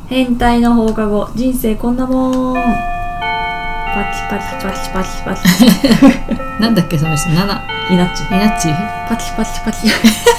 変態の放課後人生こんなもん。パチパチパチパチパチなんだっけその人、7 イナッチパチパチパチ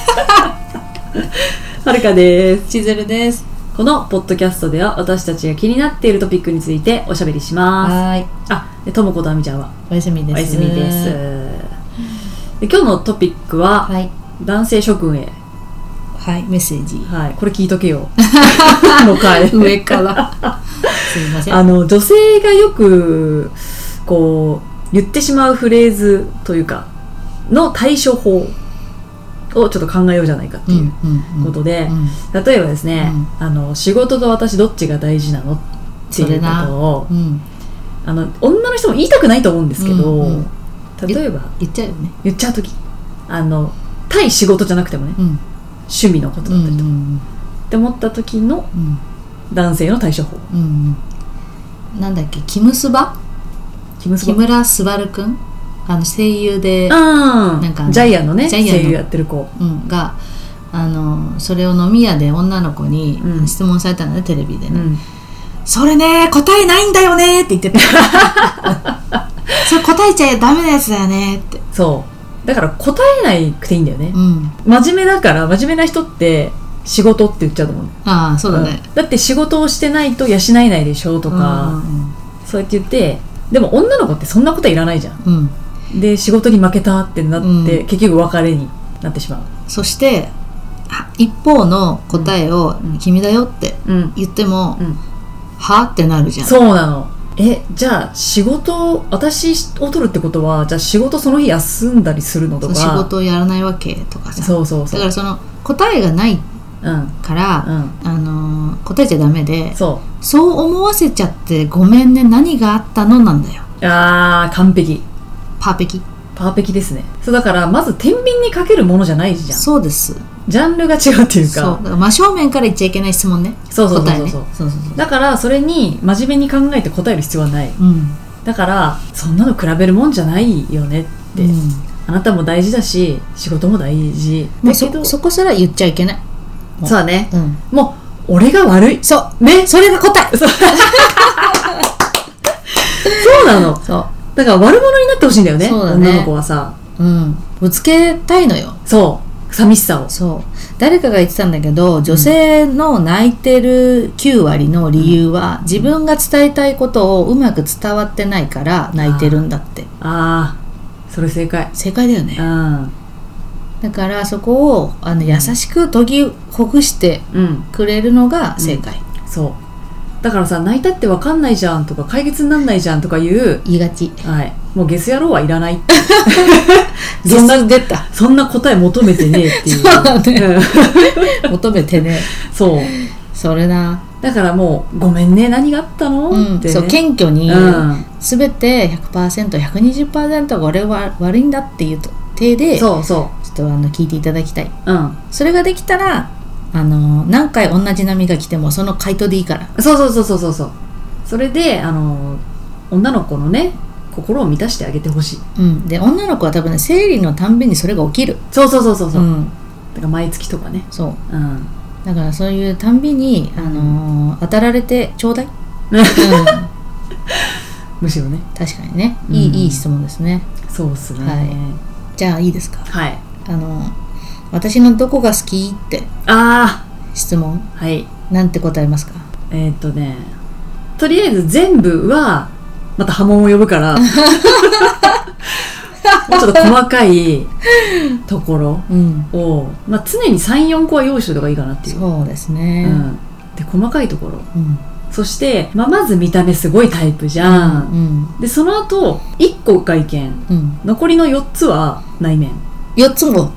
はるかです。 ちずるです。 このポッドキャストでは私たちが気になっているトピックについておしゃべりします。 はい。 でともことあみちゃんはおやすみです。 おやすみです。で今日のトピックは、 はい、 男性諸君へ、 はい、メッセージ、 はい、これ聞いとけよの回上からすいません。 女性がよくこう言ってしまうフレーズというかの対処法をちょっと考えようじゃないかっていうことで、例えばですね、仕事と私どっちが大事なのっていうことを、女の人も言いたくないと思うんですけど、例えば言っちゃうよね。 言っちゃうとき対仕事じゃなくてもね、趣味のことだったりとか、って思った時の男性の対処法、 なんだっけ、木村昴くん、声優でなんかジャイアンのね声優やってる子、 がそれを飲み屋で女の子に質問されたのね、テレビでね、それね答えないんだよねって言ってたそれ答えちゃダメなやつだよねって。 そうだから答えないくていいんだよね、真面目だから。真面目な人って仕事って言っちゃうと思う。 ああそうだね、 だって仕事をしてないと養えないでしょとか、そうやって言って。でも女の子ってそんなことはいらないじゃん、で仕事に負けたってなって、結局別れになってしまう。 そして一方の答えを君だよって言っても、はってなるじゃん。 そうなの。じゃあ私を取るってことは、じゃあ仕事その日休んだりするのとか、 仕事をやらないわけとかさ。 そうだからその答えがないから、答えちゃダメで、そう思わせちゃってごめんね、何があったのなんだよ。 完璧、 パーペキですね。 そうだからまず天秤にかけるものじゃないじゃん。 そうです。 ジャンルが違うっていうか、 そうだから真正面から言っちゃいけない質問ね。 そう答えね。 だからそれに真面目に考えて答える必要はない、だからそんなの比べるもんじゃないよねって、あなたも大事だし仕事も大事だけど、 そこすら言っちゃいけない。 そうだね、もう俺が悪い、 そうね、それが答えそうなの。そうだから悪者になってほしいんだよね、女の子はさ、 ぶつけたいのよ。 そう寂しさを。 そう誰かが言ってたんだけど、女性の泣いてる9割の理由は、自分が伝えたいことをうまく伝わってないから泣いてるんだって。 それ正解だよね。だからそこを優しく研ぎほぐしてくれるのが正解、 そうだからさ、泣いたって分かんないじゃんとか解決になんないじゃんとか言いがち、 もうゲス野郎はいらないそんな出た、 そんな答え求めてねえっていうそうだね求めてねそうそれな。だからもうごめんね、何があったの、って、ね、 そう謙虚に、全て 100%120% 俺は悪いんだっていう体でちょっと聞いていただきたい、それができたら何回同じ波が来てもその回答でいいから。そうそれで女の子のね心を満たしてあげてほしい、 で女の子は多分ね、生理のたんびにそれが起きる。そう、だから毎月とかね。 だからそういうたんびに当たられてちょうだいむしろね。 確かにね、いい質問ですね。 そうっすね、 じゃあいいですか。 はい私のどこが好きって質問、なんて答えますか。 とりあえず全部はまた波紋を呼ぶからもうちょっと細かいところを、常に 3,4 個は用意しておいた方がいいかなっていう。 そうですね、 で細かいところ、そして、まず見た目すごいタイプじゃん、でその後1個外見、残りの4つは内面。 4つも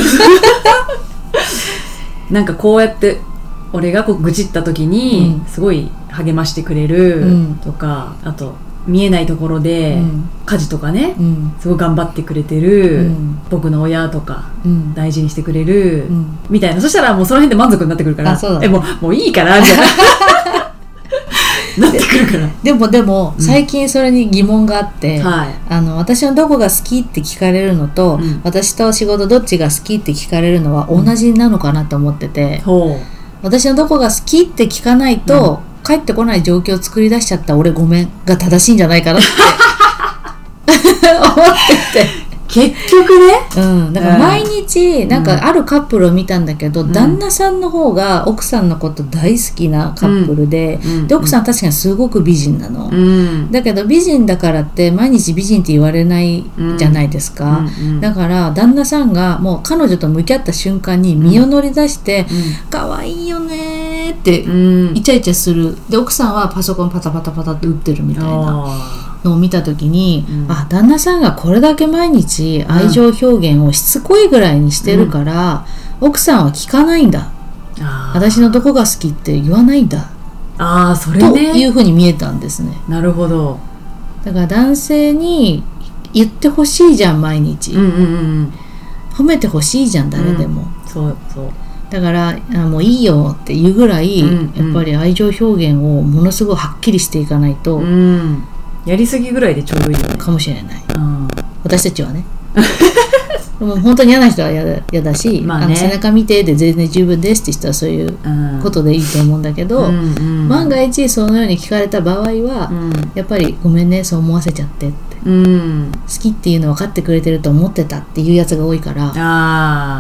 なんかこうやって俺が愚痴った時にすごい励ましてくれるとか、あと見えないところで家事とかね、すごい頑張ってくれてる、僕の親とか大事にしてくれる、みたいな。そしたらもうその辺で満足になってくるから、もういいからみたいななってくるから。でも、最近それに疑問があって、私のどこが好きって聞かれるのと、私と仕事どっちが好きって聞かれるのは同じなのかなと思ってて、 私のどこが好きって聞かないと、帰ってこない状況を作り出しちゃった俺ごめんが正しいんじゃないかなって思ってて結局ね、 だから毎日なんかあるカップルを見たんだけど、旦那さんの方が奥さんのこと大好きなカップルで、で奥さんは確かにすごく美人なの、だけど美人だからって毎日美人って言われないじゃないですか、だから旦那さんがもう彼女と向き合った瞬間に身を乗り出して可愛いよねってイチャイチャする。で奥さんはパソコンパタパタパタって打ってるみたいなのを見た時に、あ、旦那さんがこれだけ毎日愛情表現をしつこいぐらいにしてるから、奥さんは聞かないんだ、私のどこが好きって言わないんだ、 それね、 というふうに見えたんですね。 なるほど。 だから男性に言ってほしいじゃん毎日、褒めてほしいじゃん誰でも、 そうそう。 だからもういいよっていうぐらい、やっぱり愛情表現をものすごいはっきりしていかないと、 やりすぎぐらいでちょうどいいよねかもしれない、私たちはねもう本当に嫌な人は嫌だし、背中見てで全然十分ですって人はそういうことでいいと思うんだけど、万が一そのように聞かれた場合は、やっぱりごめんねそう思わせちゃってって、好きっていうの分かってくれてると思ってたっていうやつが多いから、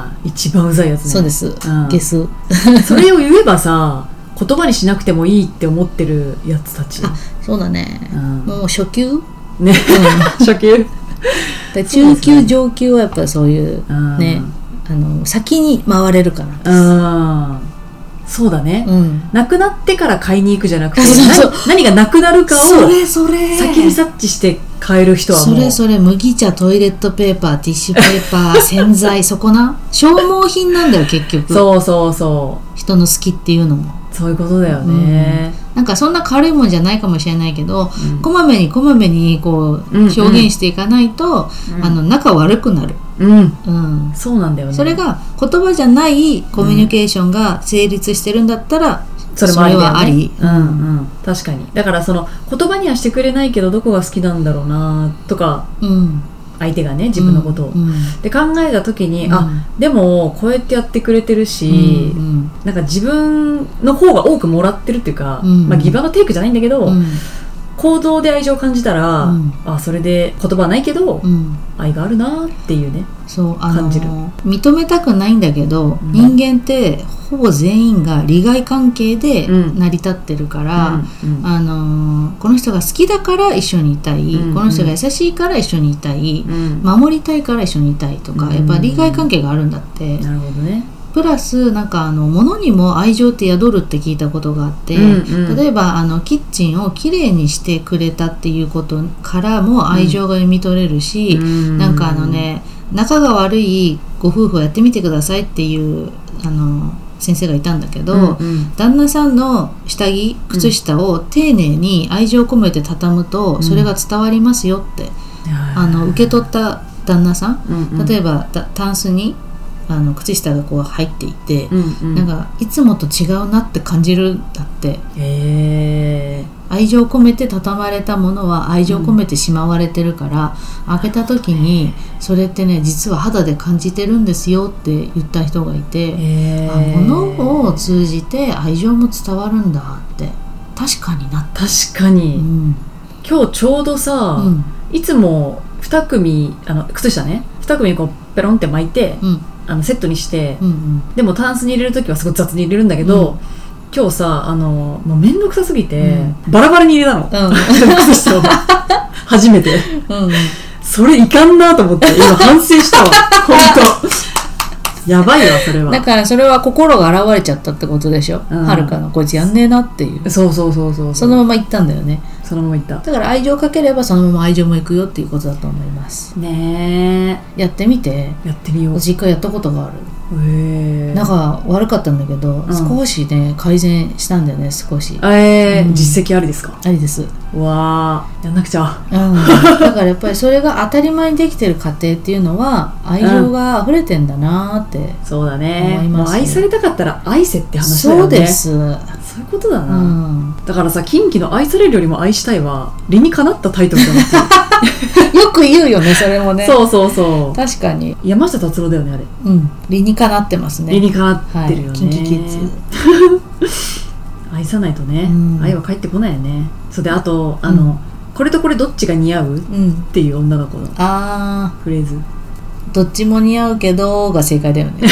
一番うざいやつね。 そうです、ゲスそれを言えばさ言葉にしなくてもいいって思ってるやつたち。 そうだね、もう初級ね、初級中級上級はやっぱりそういうね、先に回れるからそうだね、なくなってから買いに行くじゃなくて、何がなくなるかを先に察知して買える人はもうそれ麦茶、トイレットペーパー、ティッシュペーパー、洗剤そこな消耗品なんだよ結局。そう人の好きっていうのもそういうことだよね、 なんかそんな軽いもんじゃないかもしれないけど、こまめにこう表現していかないと、仲悪くなる、 そうなんだよね。 それが言葉じゃないコミュニケーションが成立してるんだったら、それはあり、 確かに。だからその言葉にはしてくれないけどどこが好きなんだろうなとか、相手がね自分のことを、で考えた時に、でもこうやってやってくれてるし、なんか自分の方が多くもらってるっていうか、ギブアンドテイクじゃないんだけど、行動で愛情を感じたら、それで言葉はないけど、愛があるなっていうね、感じる。 認めたくないんだけど、人間ってほぼ全員が利害関係で成り立ってるから、この人が好きだから一緒にいたい、この人が優しいから一緒にいたい、守りたいから一緒にいたいとか、やっぱ利害関係があるんだって。 なるほどね。 プラスなんか物にも愛情って宿るって聞いたことがあって、例えばキッチンをきれいにしてくれたっていうことからも愛情が読み取れるし、なんか仲が悪いご夫婦をやってみてくださいっていう先生がいたんだけど、旦那さんの下着靴下を丁寧に愛情を込めて畳むと、それが伝わりますよって、受け取った旦那さん、例えばタンスに靴下がこう入っていて、なんかいつもと違うなって感じるんだって。愛情を込めて畳まれたものは愛情を込めてしまわれてるから、開けた時にそれってね実は肌で感じてるんですよって言った人がいて、物を通じて愛情も伝わるんだって確かになった。 確かに、今日ちょうどさ、いつも2組靴下ね2組こうペロンって巻いて、セットにして、でもタンスに入れるときはすごい雑に入れるんだけど、今日さもうめんどくさすぎて、バラバラに入れたの、靴下を初めて、それいかんなと思って今反省したわ本当やばいわそれは。 だからそれは心が現れちゃったってことでしょ、はるかのこいつやんねえなっていう。 そうそのまま行ったんだよね。 そのまま行った。 だから愛情かければそのまま愛情も行くよっていうことだと思いますね。 やってみて。 やってみよう。 私一回やったことがある。仲悪かったんだけど、少しね改善したんだよね少し。 実績ありですか？ ありです。 わーやんなくちゃ。 だからやっぱりそれが当たり前にできてる家庭っていうのは愛情が溢れてんだなって、 そうだね。もう愛されたかったら愛せって話だよね。 そうです。 そういうことだな、だからさ近畿の愛されるよりも愛したいは理にかなったタイトルだなってよく言うよねそれもね。 そうそうそう、 確かに山下達郎だよねあれ。 うん、理にかなってますね。 理にかなってるよね、 キンキキッズ愛さないとね、愛は帰ってこないよね。それであとこれとこれどっちが似合う、っていう女の子のフレーズ、 どっちも似合うけどが正解だよね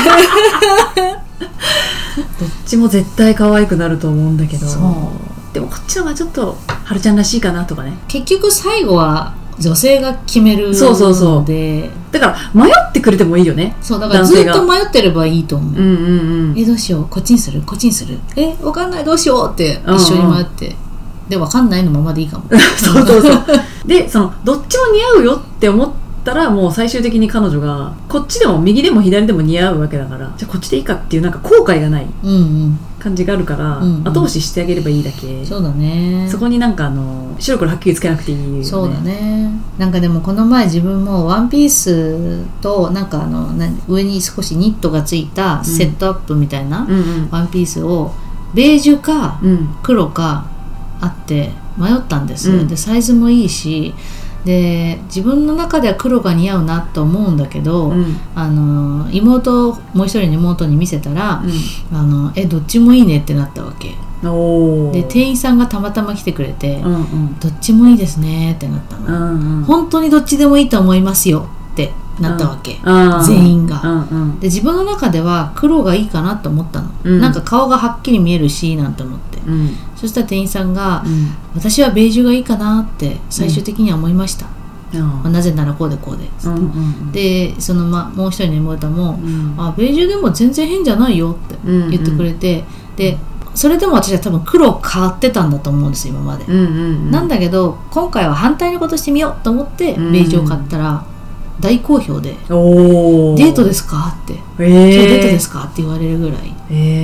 どっちも絶対可愛くなると思うんだけど、でもこっちの方がちょっとはるちゃんらしいかなとかね。 結局最後は女性が決めるので、そうだから迷ってくれてもいいよね。 そうだからずっと迷ってればいいと思う。どうしよう、こっちにするこっちにする、わかんないどうしようって一緒に迷って、でわかんないのままでいいかもそうでどっちも似合うよって思ったらもう最終的に彼女がこっちでも右でも左でも似合うわけだから、じゃあこっちでいいかっていうなんか後悔がない感じがあるから、後押ししてあげればいいだけ。 そうだね。 そこになんか白黒はっきりつけなくていいよね。 そうだね。なんかでもこの前自分もワンピースとなんか上に少しニットがついたセットアップみたいなワンピースをベージュか黒かあって迷ったんです、でサイズもいいし、で自分の中では黒が似合うなと思うんだけど、もう一人の妹に見せたら、どっちもいいねってなったわけで、店員さんがたまたま来てくれて、どっちもいいですねってなったの、本当にどっちでもいいと思いますよってなったわけ、全員が、で自分の中では黒がいいかなと思ったの、なんか顔がはっきり見えるしなんて思って、そしたら店員さんが、私はベージュがいいかなって最終的には思いました、なぜならこうでこうで、でもう一人の妹も、ベージュでも全然変じゃないよって言ってくれて、でそれでも私は多分黒を買ってたんだと思うんです今まで、なんだけど今回は反対のことしてみようと思ってベージュを買ったら、大好評で、デートですかって、今日デートですかって言われるぐらい、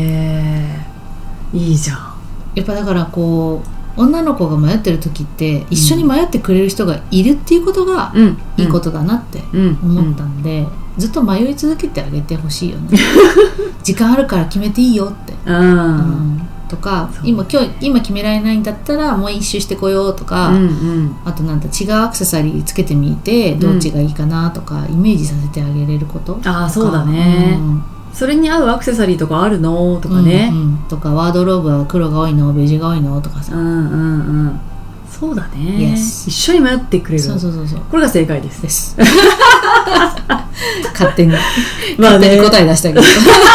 いいじゃん。 やっぱだから女の子が迷ってる時って一緒に迷ってくれる人がいるっていうことがいいことだなって思ったんで、ずっと迷い続けてあげてほしいよね時間あるから決めていいよって、とか、今決められないんだったらもう一周してこようとか、あとなんか違うアクセサリーつけてみてどっちがいいかなとか、イメージさせてあげれることとか、 そうだね、それに合うアクセサリーとかあるのとかね、 とかワードローブは黒が多いのベージュが多いのとかさ、 そうだね、一緒に迷ってくれる、これが正解です勝手に答え出したけど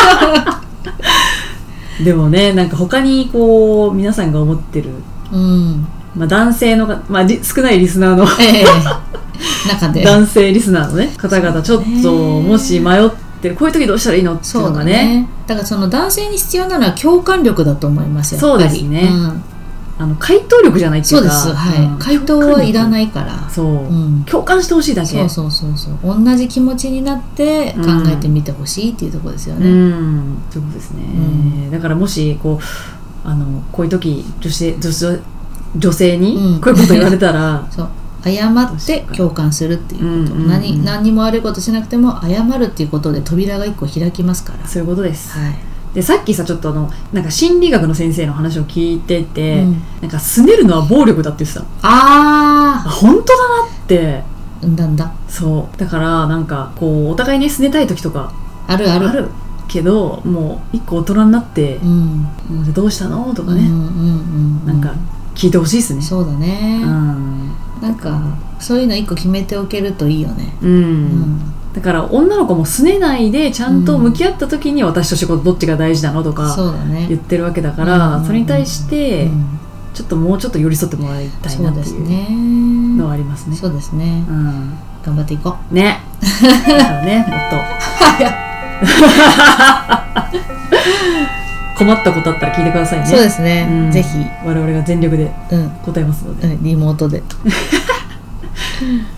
でもね、なんか他に皆さんが思ってる、男性の、少ないリスナーの、 中で男性リスナーのね方々、ちょっともし迷ってる、こういう時どうしたらいいのっていうのがね、 だからその男性に必要なのは共感力だと思いますよ。 そうですね、回答力じゃないっていうか、 そうです、回答はいらないから、 共感してほしいだけ、 そう同じ気持ちになって考えてみてほしいっていうところですよね、 そういうことですね、だからもしこういう時女性にこういうこと言われたら、 謝って共感するっていうこと、何にも悪いことしなくても謝るっていうことで扉が一個開きますから。 そういうことです、でさっきさちょっとなんか心理学の先生の話を聞いてて、なんか拗ねるのは暴力だって言ってた。本当だなってそうだからなんかお互いに拗ねたい時とかあるけど、もう一個大人になって、もうどうしたのとかね、なんか聞いてほしいですね。 そうだね、なんかそういうの一個決めておけるといいよね。 だから女の子も拗ねないでちゃんと向き合った時に、私と仕事どっちが大事なのとか言ってるわけだから、それに対してちょっともうちょっと寄り添ってもらいたいなっていうのはありますね。 そうですね、頑張っていこうねだからね、もっと困ったことあったら聞いてくださいね。 そうですね、ぜひ我々が全力で答えますので、 リモートで